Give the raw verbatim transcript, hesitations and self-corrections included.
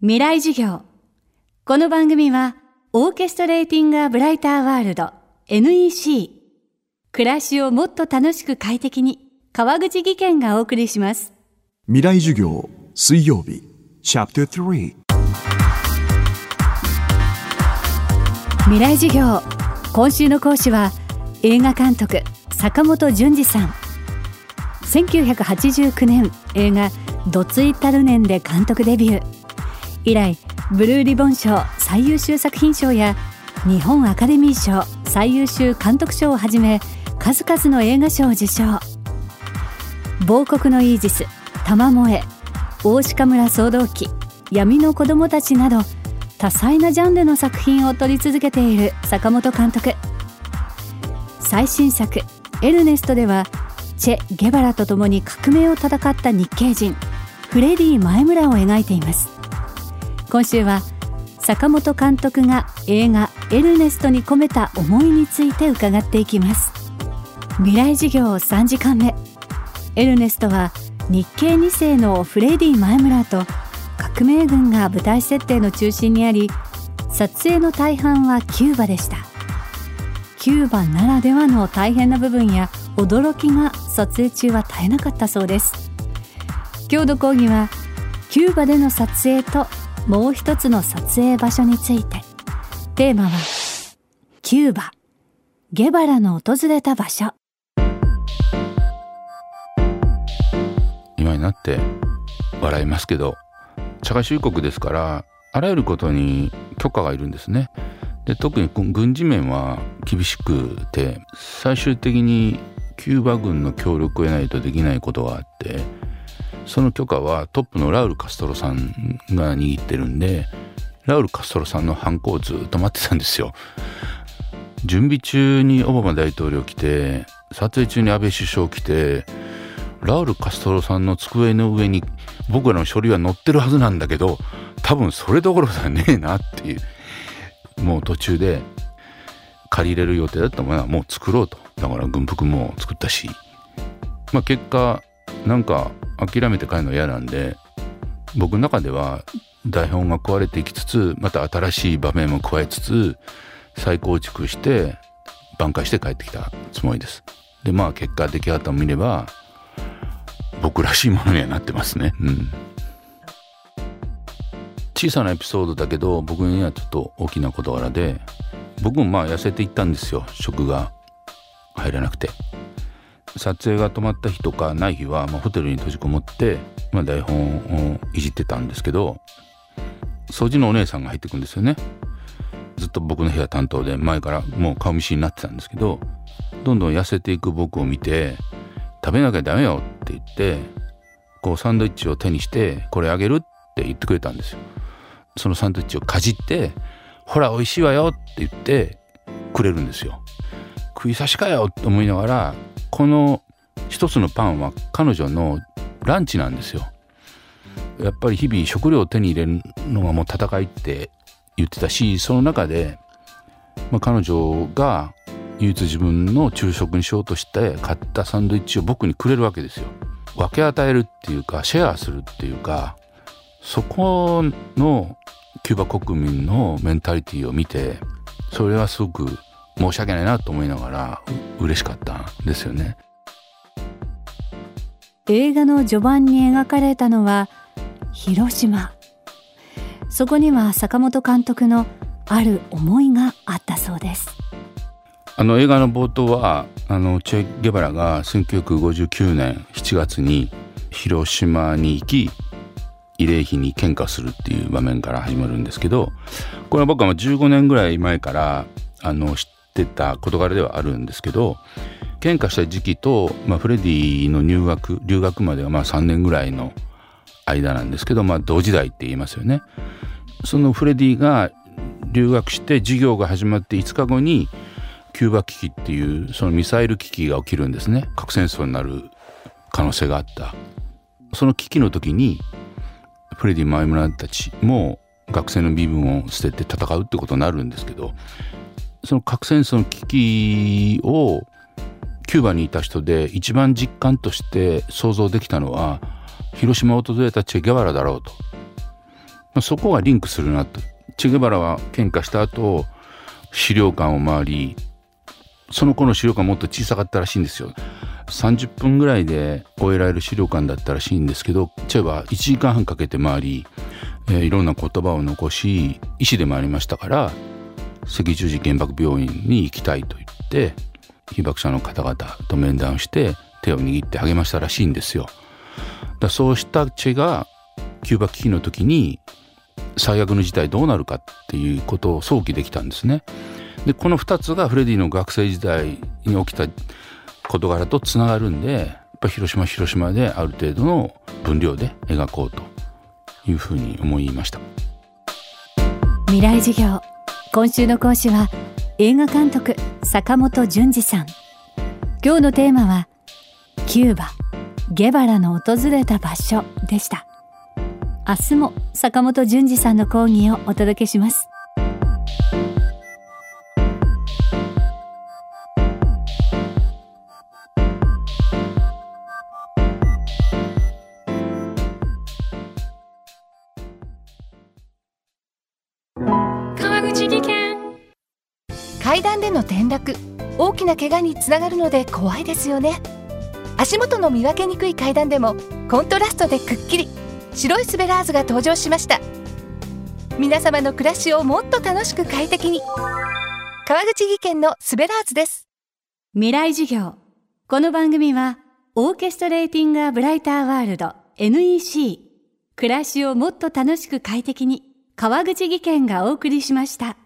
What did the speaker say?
未来授業。この番組はオーケストレーティング・ア・ブライター・ワールド エヌイーシー 暮らしをもっと楽しく快適に川口義賢がお送りします。 未来授業水曜日チャプタースリー未来授業。今週の講師は映画監督坂本淳二さん。せんきゅうひゃくはちじゅうきゅうねん映画どついたるねんで監督デビュー。以来ブルーリボン賞最優秀作品賞や日本アカデミー賞最優秀監督賞をはじめ数々の映画賞を受賞。亡国のイージス、玉萌え、大鹿村騒動記、闇の子供たちなど多彩なジャンルの作品を撮り続けている坂本監督。最新作エルネストではチェ・ゲバラと共に革命を戦った日系人フレディ・前村を描いています。今週は坂本監督が映画エルネストに込めた思いについて伺っていきます。未来授業さんじかんめ。エルネストは日系にせいのフレディ・前村と革命軍が舞台設定の中心にあり、撮影の大半はキューバでした。キューバならではの大変な部分や驚きが撮影中は絶えなかったそうです。今日の講義はキューバでの撮影ともう一つの撮影場所について。テーマはキューバ、ゲバラの訪れた場所。 今になって笑いますけど、社会主義国ですからあらゆることに許可がいるんですね。で特に軍事面は厳しくて、最終的にキューバ軍の協力を得ないとできないことがあって、その許可はトップのラウル・カストロさんが握ってるんで、ラウル・カストロさんのハンコをずっと待ってたんですよ。準備中にオバマ大統領来て、撮影中に安倍首相来て、ラウル・カストロさんの机の上に僕らの書類は載ってるはずなんだけど、多分それどころじゃねえなっていう、もう途中で借りれる予定だったものはもう作ろうと。だから軍服も作ったし、まあ結果なんか諦めて帰るのは嫌なんで、僕の中では台本が壊れていきつつ、また新しい場面も加えつつ再構築して挽回して帰ってきたつもりです。でまあ結果出来上がったのを見れば僕らしいものにはなってますね、うん、小さなエピソードだけど僕にはちょっと大きな事柄で、僕もまあ痩せていったんですよ。食が入らなくて、撮影が止まった日とかない日は、まあ、ホテルに閉じこもって、まあ、台本をいじってたんですけど、掃除のお姉さんが入ってくるんですよね。ずっと僕の部屋担当で、前からもう顔見知りになってたんですけど、どんどん痩せていく僕を見て、食べなきゃダメよって言って、こうサンドイッチを手にして、これあげるって言ってくれたんですよ。そのサンドイッチをかじって、ほら美味しいわよって言ってくれるんですよ。食い差しかよって思いながら、この一つのパンは彼女のランチなんですよ。やっぱり日々食料を手に入れるのがもう戦いって言ってたし、その中で、まあ、彼女が唯一自分の昼食にしようとして買ったサンドイッチを僕にくれるわけですよ。分け与えるっていうかシェアするっていうか、そこのキューバ国民のメンタリティを見て、それはすごく申し訳ないなと思いながら嬉しかったんですよね。 映画の序盤に描かれたのは広島。そこには坂本監督のある思いがあったそうです。 あの映画の冒頭はあのチェ・ゲバラがせんきゅうひゃくごじゅうきゅうねんしちがつに広島に行き、慰霊碑に献花するっていう場面から始まるんですけど、これは僕はじゅうごねんぐらい前からあの知ってた事柄ではあるんですけど、献花した時期と、まあ、フレディの入学留学まではまあさんねんぐらいの間なんですけど、まあ、同時代って言いますよね。そのフレディが留学して授業が始まっていつかごにキューバ危機っていうそのミサイル危機が起きるんですね。核戦争になる可能性があった。その危機の時にフレディ・前村たちも学生の身分を捨てて戦うってことになるんですけど、その核戦争の危機をキューバにいた人で一番実感として想像できたのは、広島を訪れたチェ・ゲバラだろうと。 まあ、そこがリンクするなと。チェゲバラは喧嘩した後資料館を回り、その子の資料館もっと小さかったらしいんですよ。さんじゅっぷんぐらいで終えられる資料館だったらしいんですけど、チェはいちじかんはんかけて回り、えー、いろんな言葉を残し医師でもありましたから、赤十字原爆病院に行きたいと言って被爆者の方々と面談して手を握って励ましたらしいんですよ。だそうしたチェがキューバ危機の時に最悪の事態どうなるかっていうことを想起できたんですね。でこのふたつがフレディの学生時代に起きた事柄とつながるんで、やっぱ広島広島である程度の分量で描こうというふうに思いました。 未来授業、今週の講師は映画監督坂本淳二さん。今日のテーマはキューバゲバラの訪れた場所でした。明日も坂本淳二さんの講義をお届けします。 川口技研。階段での転落、大きな怪我につながるので怖いですよね。足元の見分けにくい階段でもコントラストでくっきり白いスベラーズが登場しました。皆様の暮らしをもっと楽しく快適に、川口技研のスベラーズです。 未来授業、この番組はオーケストレーティングアブライターワールド エヌイーシー、 暮らしをもっと楽しく快適に、川口技研がお送りしました。